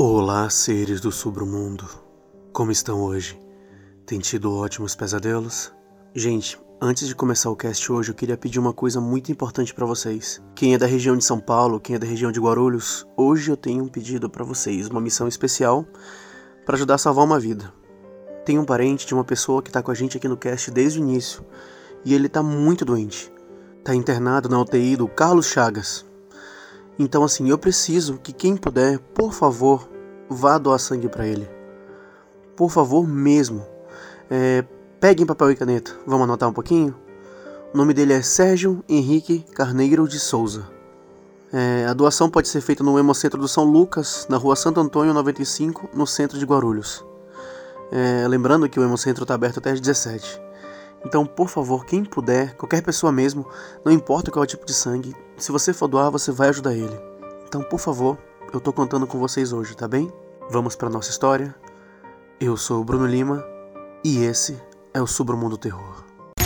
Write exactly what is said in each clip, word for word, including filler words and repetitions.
Olá, seres do submundo. Como estão hoje? Tem tido ótimos pesadelos? Gente, antes de começar o cast hoje, eu queria pedir uma coisa muito importante pra vocês. Quem é da região de São Paulo, quem é da região de Guarulhos, hoje eu tenho um pedido pra vocês, uma missão especial pra ajudar a salvar uma vida. Tem um parente de uma pessoa que tá com a gente aqui no cast desde o início, e ele tá muito doente. Tá internado na U T I do Carlos Chagas. Então assim, eu preciso que quem puder, por favor, vá doar sangue pra ele. Por favor mesmo. É, peguem papel e caneta, vamos anotar um pouquinho? O nome dele é Sérgio Henrique Carneiro de Souza. É, a doação pode ser feita no Hemocentro do São Lucas, na rua Santo Antônio noventa e cinco, no centro de Guarulhos. É, lembrando que o Hemocentro está aberto até às dezessete. Então, por favor, quem puder, qualquer pessoa mesmo, não importa qual é o tipo de sangue, se você for doar, você vai ajudar ele. Então, por favor, eu tô contando com vocês hoje, tá bem? Vamos pra nossa história. Eu sou o Bruno Lima e esse é o Submundo Terror.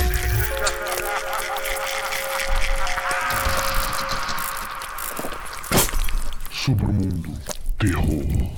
Submundo Terror.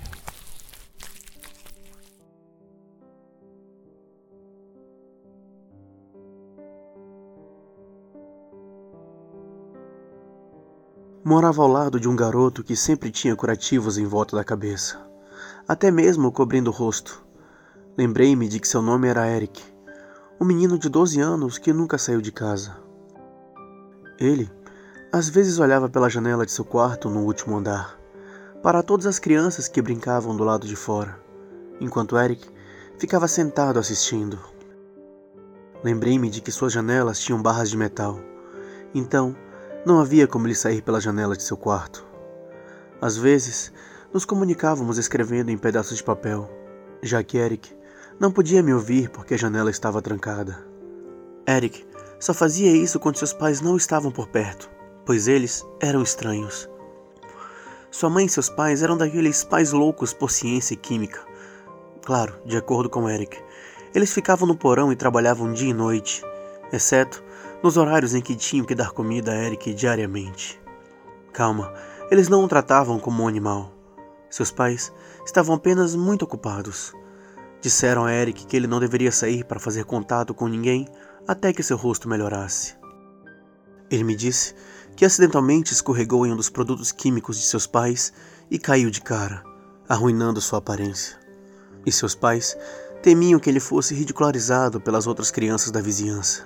Morava ao lado de um garoto que sempre tinha curativos em volta da cabeça, até mesmo cobrindo o rosto. Lembrei-me de que seu nome era Eric, um menino de doze anos que nunca saiu de casa. Ele, às vezes, olhava pela janela de seu quarto no último andar, para todas as crianças que brincavam do lado de fora, enquanto Eric ficava sentado assistindo. Lembrei-me de que suas janelas tinham barras de metal, então não havia como ele sair pela janela de seu quarto. Às vezes, nos comunicávamos escrevendo em pedaços de papel, já que Eric não podia me ouvir porque a janela estava trancada. Eric só fazia isso quando seus pais não estavam por perto, pois eles eram estranhos. Sua mãe e seus pais eram daqueles pais loucos por ciência e química. Claro, de acordo com Eric, eles ficavam no porão e trabalhavam dia e noite, exceto nos horários em que tinham que dar comida a Eric diariamente. Calma, eles não o tratavam como um animal. Seus pais estavam apenas muito ocupados. Disseram a Eric que ele não deveria sair para fazer contato com ninguém até que seu rosto melhorasse. Ele me disse que acidentalmente escorregou em um dos produtos químicos de seus pais e caiu de cara, arruinando sua aparência. E seus pais temiam que ele fosse ridicularizado pelas outras crianças da vizinhança.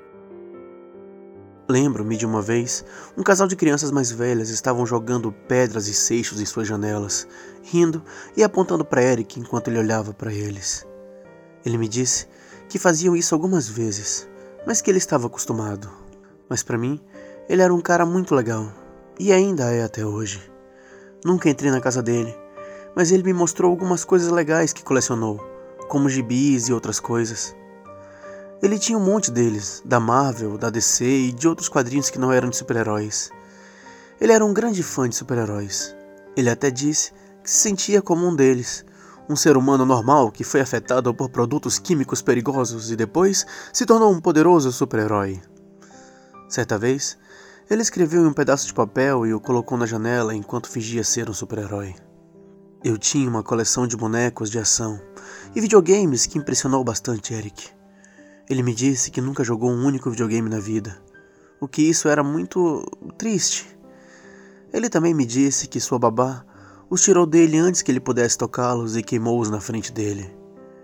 Lembro-me de uma vez, um casal de crianças mais velhas estavam jogando pedras e seixos em suas janelas, rindo e apontando para Eric enquanto ele olhava para eles. Ele me disse que faziam isso algumas vezes, mas que ele estava acostumado. Mas para mim, ele era um cara muito legal, e ainda é até hoje. Nunca entrei na casa dele, mas ele me mostrou algumas coisas legais que colecionou, como gibis e outras coisas. Ele tinha um monte deles, da Marvel, da D C e de outros quadrinhos que não eram de super-heróis. Ele era um grande fã de super-heróis. Ele até disse que se sentia como um deles, um ser humano normal que foi afetado por produtos químicos perigosos e depois se tornou um poderoso super-herói. Certa vez, ele escreveu em um pedaço de papel e o colocou na janela enquanto fingia ser um super-herói. Eu tinha uma coleção de bonecos de ação e videogames que impressionou bastante Eric. Ele me disse que nunca jogou um único videogame na vida, o que isso era muito triste. Ele também me disse que sua babá os tirou dele antes que ele pudesse tocá-los e queimou-os na frente dele.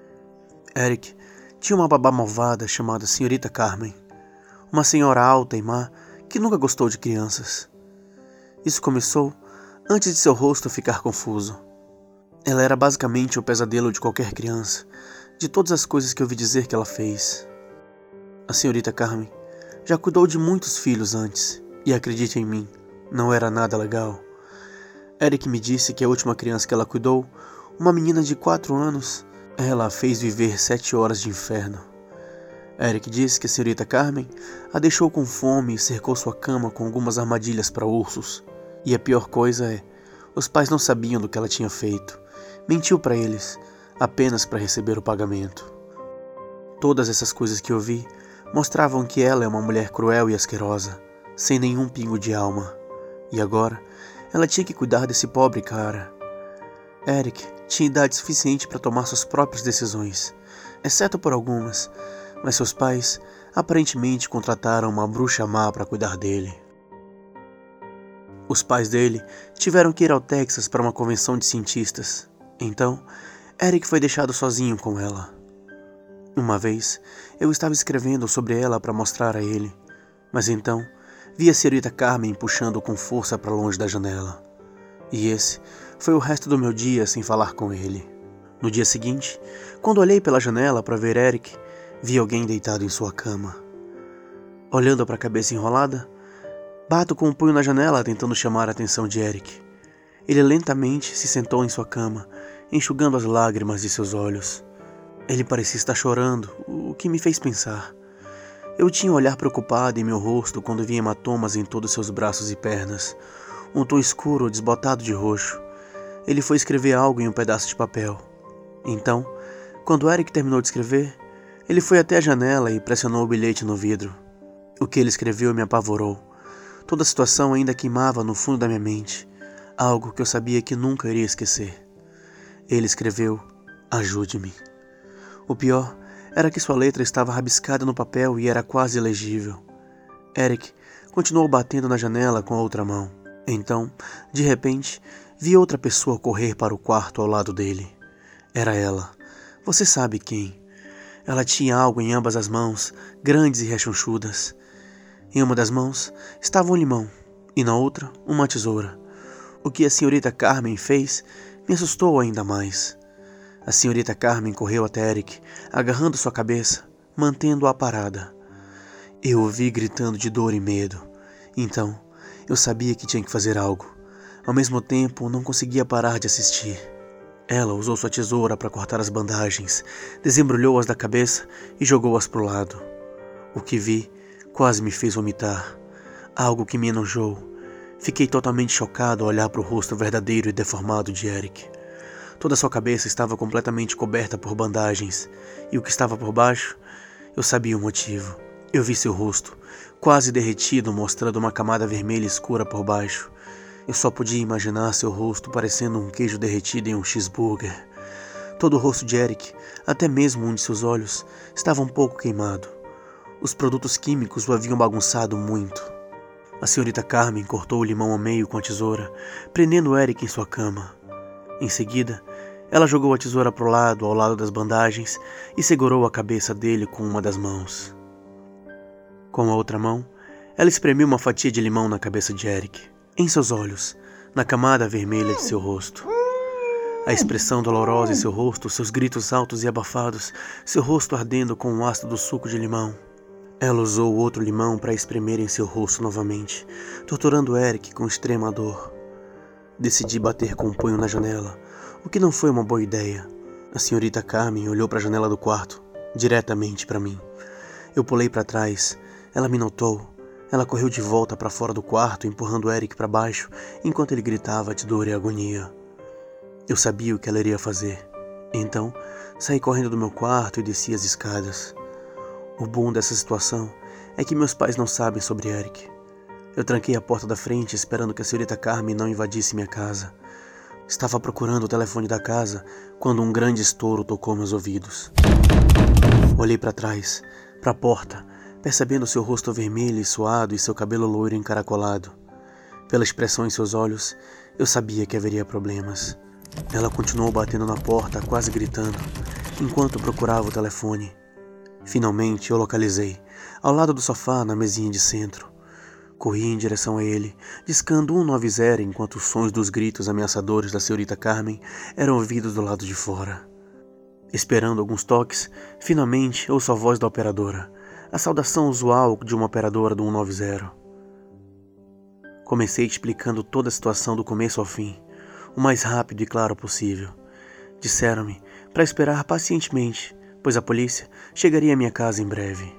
Eric tinha uma babá malvada chamada Senhorita Carmen, uma senhora alta e má que nunca gostou de crianças. Isso começou antes de seu rosto ficar confuso. Ela era basicamente o pesadelo de qualquer criança, de todas as coisas que eu ouvi dizer que ela fez. A senhorita Carmen já cuidou de muitos filhos antes, e acredite em mim, não era nada legal. Eric me disse que a última criança que ela cuidou, uma menina de quatro anos, ela a fez viver sete horas de inferno. Eric disse que a senhorita Carmen a deixou com fome e cercou sua cama com algumas armadilhas para ursos. E a pior coisa é, os pais não sabiam do que ela tinha feito. Mentiu para eles, apenas para receber o pagamento. Todas essas coisas que eu vi mostravam que ela é uma mulher cruel e asquerosa, sem nenhum pingo de alma. E agora, ela tinha que cuidar desse pobre cara. Eric tinha idade suficiente para tomar suas próprias decisões, exceto por algumas, mas seus pais aparentemente contrataram uma bruxa má para cuidar dele. Os pais dele tiveram que ir ao Texas para uma convenção de cientistas, então Eric foi deixado sozinho com ela. Uma vez, eu estava escrevendo sobre ela para mostrar a ele, mas então vi a senhorita Carmen puxando com força para longe da janela. E esse foi o resto do meu dia sem falar com ele. No dia seguinte, quando olhei pela janela para ver Eric, vi alguém deitado em sua cama. Olhando para a cabeça enrolada, bato com o punho na janela tentando chamar a atenção de Eric. Ele lentamente se sentou em sua cama, enxugando as lágrimas de seus olhos. Ele parecia estar chorando, o que me fez pensar. Eu tinha um olhar preocupado em meu rosto quando vi hematomas em todos seus braços e pernas, um tom escuro desbotado de roxo. Ele foi escrever algo em um pedaço de papel. Então, quando Eric terminou de escrever, ele foi até a janela e pressionou o bilhete no vidro. O que ele escreveu me apavorou. Toda a situação ainda queimava no fundo da minha mente, algo que eu sabia que nunca iria esquecer. Ele escreveu: "Ajude-me". O pior era que sua letra estava rabiscada no papel e era quase ilegível. Eric continuou batendo na janela com a outra mão. Então, de repente, vi outra pessoa correr para o quarto ao lado dele. Era ela. Você sabe quem. Ela tinha algo em ambas as mãos, grandes e rechonchudas. Em uma das mãos estava um limão e na outra uma tesoura. O que a senhorita Carmen fez me assustou ainda mais. A senhorita Carmen correu até Eric, agarrando sua cabeça, mantendo-a parada. Eu o vi gritando de dor e medo. Então, eu sabia que tinha que fazer algo. Ao mesmo tempo, não conseguia parar de assistir. Ela usou sua tesoura para cortar as bandagens, desembrulhou-as da cabeça e jogou-as para o lado. O que vi quase me fez vomitar. Algo que me enojou. Fiquei totalmente chocado ao olhar para o rosto verdadeiro e deformado de Eric. Toda sua cabeça estava completamente coberta por bandagens, e o que estava por baixo, eu sabia o motivo. Eu vi seu rosto, quase derretido, mostrando uma camada vermelha escura por baixo. Eu só podia imaginar seu rosto parecendo um queijo derretido em um cheeseburger. Todo o rosto de Eric, até mesmo um de seus olhos, estava um pouco queimado. Os produtos químicos o haviam bagunçado muito. A senhorita Carmen cortou o limão ao meio com a tesoura, prendendo Eric em sua cama. Em seguida, ela jogou a tesoura para o lado, ao lado das bandagens, e segurou a cabeça dele com uma das mãos. Com a outra mão, ela espremeu uma fatia de limão na cabeça de Eric, em seus olhos, na camada vermelha de seu rosto. A expressão dolorosa em seu rosto, seus gritos altos e abafados, seu rosto ardendo com o ácido do suco de limão. Ela usou o outro limão para espremer em seu rosto novamente, torturando Eric com extrema dor. Decidi bater com o punho na janela, o que não foi uma boa ideia. A senhorita Carmen olhou para a janela do quarto, diretamente para mim. Eu pulei para trás, ela me notou. Ela correu de volta para fora do quarto, empurrando Eric para baixo, enquanto ele gritava de dor e agonia. Eu sabia o que ela iria fazer. Então, saí correndo do meu quarto e desci as escadas. O bom dessa situação é que meus pais não sabem sobre Eric. Eu tranquei a porta da frente, esperando que a senhorita Carmen não invadisse minha casa. Estava procurando o telefone da casa quando um grande estouro tocou meus ouvidos. Olhei para trás, para a porta, percebendo seu rosto vermelho e suado e seu cabelo loiro encaracolado. Pela expressão em seus olhos, eu sabia que haveria problemas. Ela continuou batendo na porta, quase gritando, enquanto procurava o telefone. Finalmente eu localizei, ao lado do sofá, na mesinha de centro. Corri em direção a ele, discando cento e noventa enquanto os sons dos gritos ameaçadores da senhorita Carmen eram ouvidos do lado de fora. Esperando alguns toques, finalmente ouço a voz da operadora, a saudação usual de uma operadora do cento e noventa. Comecei explicando toda a situação do começo ao fim, o mais rápido e claro possível. Disseram-me para esperar pacientemente, pois a polícia chegaria à minha casa em breve.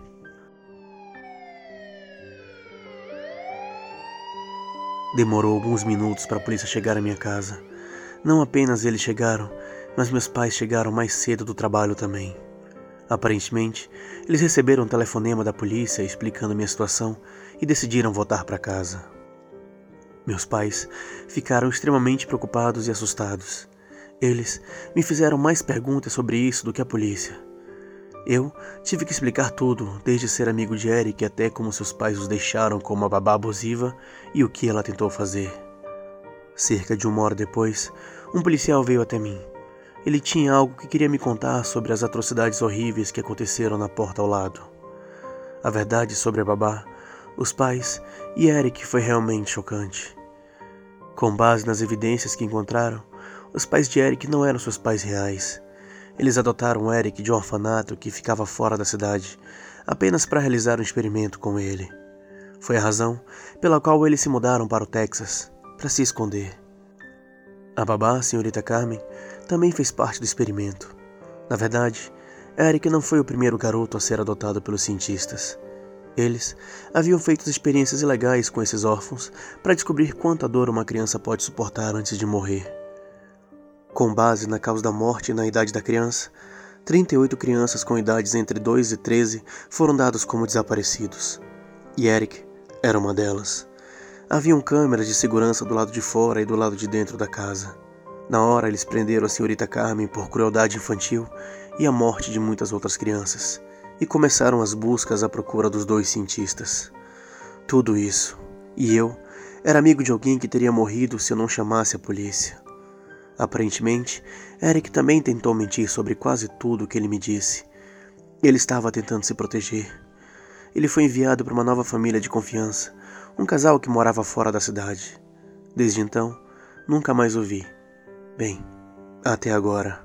Demorou alguns minutos para a polícia chegar à minha casa. Não apenas eles chegaram, mas meus pais chegaram mais cedo do trabalho também. Aparentemente, eles receberam um telefonema da polícia explicando minha situação e decidiram voltar para casa. Meus pais ficaram extremamente preocupados e assustados. Eles me fizeram mais perguntas sobre isso do que a polícia. Eu tive que explicar tudo, desde ser amigo de Eric até como seus pais os deixaram com uma babá abusiva e o que ela tentou fazer. Cerca de uma hora depois, um policial veio até mim. Ele tinha algo que queria me contar sobre as atrocidades horríveis que aconteceram na porta ao lado. A verdade sobre a babá, os pais e Eric foi realmente chocante. Com base nas evidências que encontraram, os pais de Eric não eram seus pais reais. Eles adotaram Eric de um orfanato que ficava fora da cidade, apenas para realizar um experimento com ele. Foi a razão pela qual eles se mudaram para o Texas, para se esconder. A babá, a senhorita Carmen, também fez parte do experimento. Na verdade, Eric não foi o primeiro garoto a ser adotado pelos cientistas. Eles haviam feito experiências ilegais com esses órfãos para descobrir quanta dor uma criança pode suportar antes de morrer. Com base na causa da morte e na idade da criança, trinta e oito crianças com idades entre dois e treze foram dados como desaparecidos. E Eric era uma delas. Haviam câmeras de segurança do lado de fora e do lado de dentro da casa. Na hora, eles prenderam a senhorita Carmen por crueldade infantil e a morte de muitas outras crianças, e começaram as buscas à procura dos dois cientistas. Tudo isso, e eu, era amigo de alguém que teria morrido se eu não chamasse a polícia. Aparentemente, Eric também tentou mentir sobre quase tudo o que ele me disse. Ele estava tentando se proteger. Ele foi enviado para uma nova família de confiança, um casal que morava fora da cidade. Desde então, nunca mais o vi. Bem, até agora.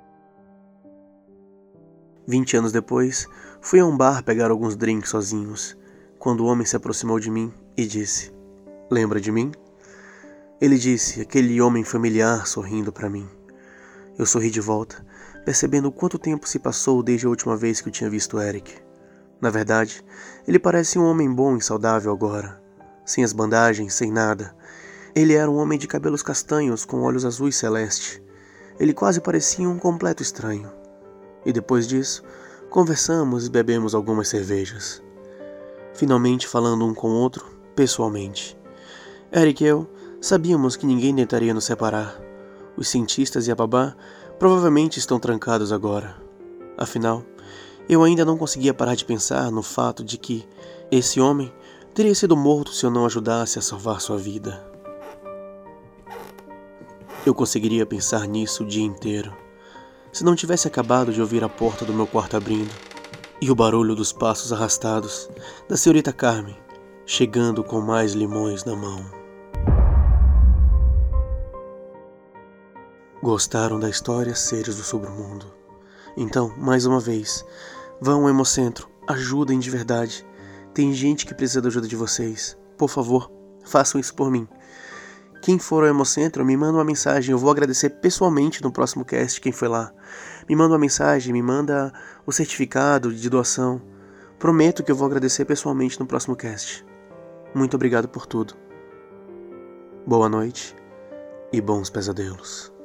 Vinte anos depois, fui a um bar pegar alguns drinks sozinhos, quando o homem se aproximou de mim e disse: "Lembra de mim?" Ele disse, aquele homem familiar sorrindo para mim. Eu sorri de volta, percebendo quanto tempo se passou desde a última vez que eu tinha visto Eric. Na verdade, ele parece um homem bom e saudável agora, sem as bandagens, sem nada. Ele era um homem de cabelos castanhos com olhos azuis celeste. Ele quase parecia um completo estranho. E depois disso, conversamos e bebemos algumas cervejas. Finalmente falando um com o outro, pessoalmente. Eric e eu sabíamos que ninguém tentaria nos separar. Os cientistas e a babá provavelmente estão trancados agora. Afinal, eu ainda não conseguia parar de pensar no fato de que esse homem teria sido morto se eu não ajudasse a salvar sua vida. Eu conseguiria pensar nisso o dia inteiro, se não tivesse acabado de ouvir a porta do meu quarto abrindo e o barulho dos passos arrastados da senhorita Carmen chegando com mais limões na mão. Gostaram da história, seres do submundo? Então, mais uma vez, vão ao Hemocentro, ajudem de verdade. Tem gente que precisa da ajuda de vocês. Por favor, façam isso por mim. Quem for ao Hemocentro, me manda uma mensagem. Eu vou agradecer pessoalmente no próximo cast quem foi lá. Me manda uma mensagem, me manda o certificado de doação. Prometo que eu vou agradecer pessoalmente no próximo cast. Muito obrigado por tudo. Boa noite e bons pesadelos.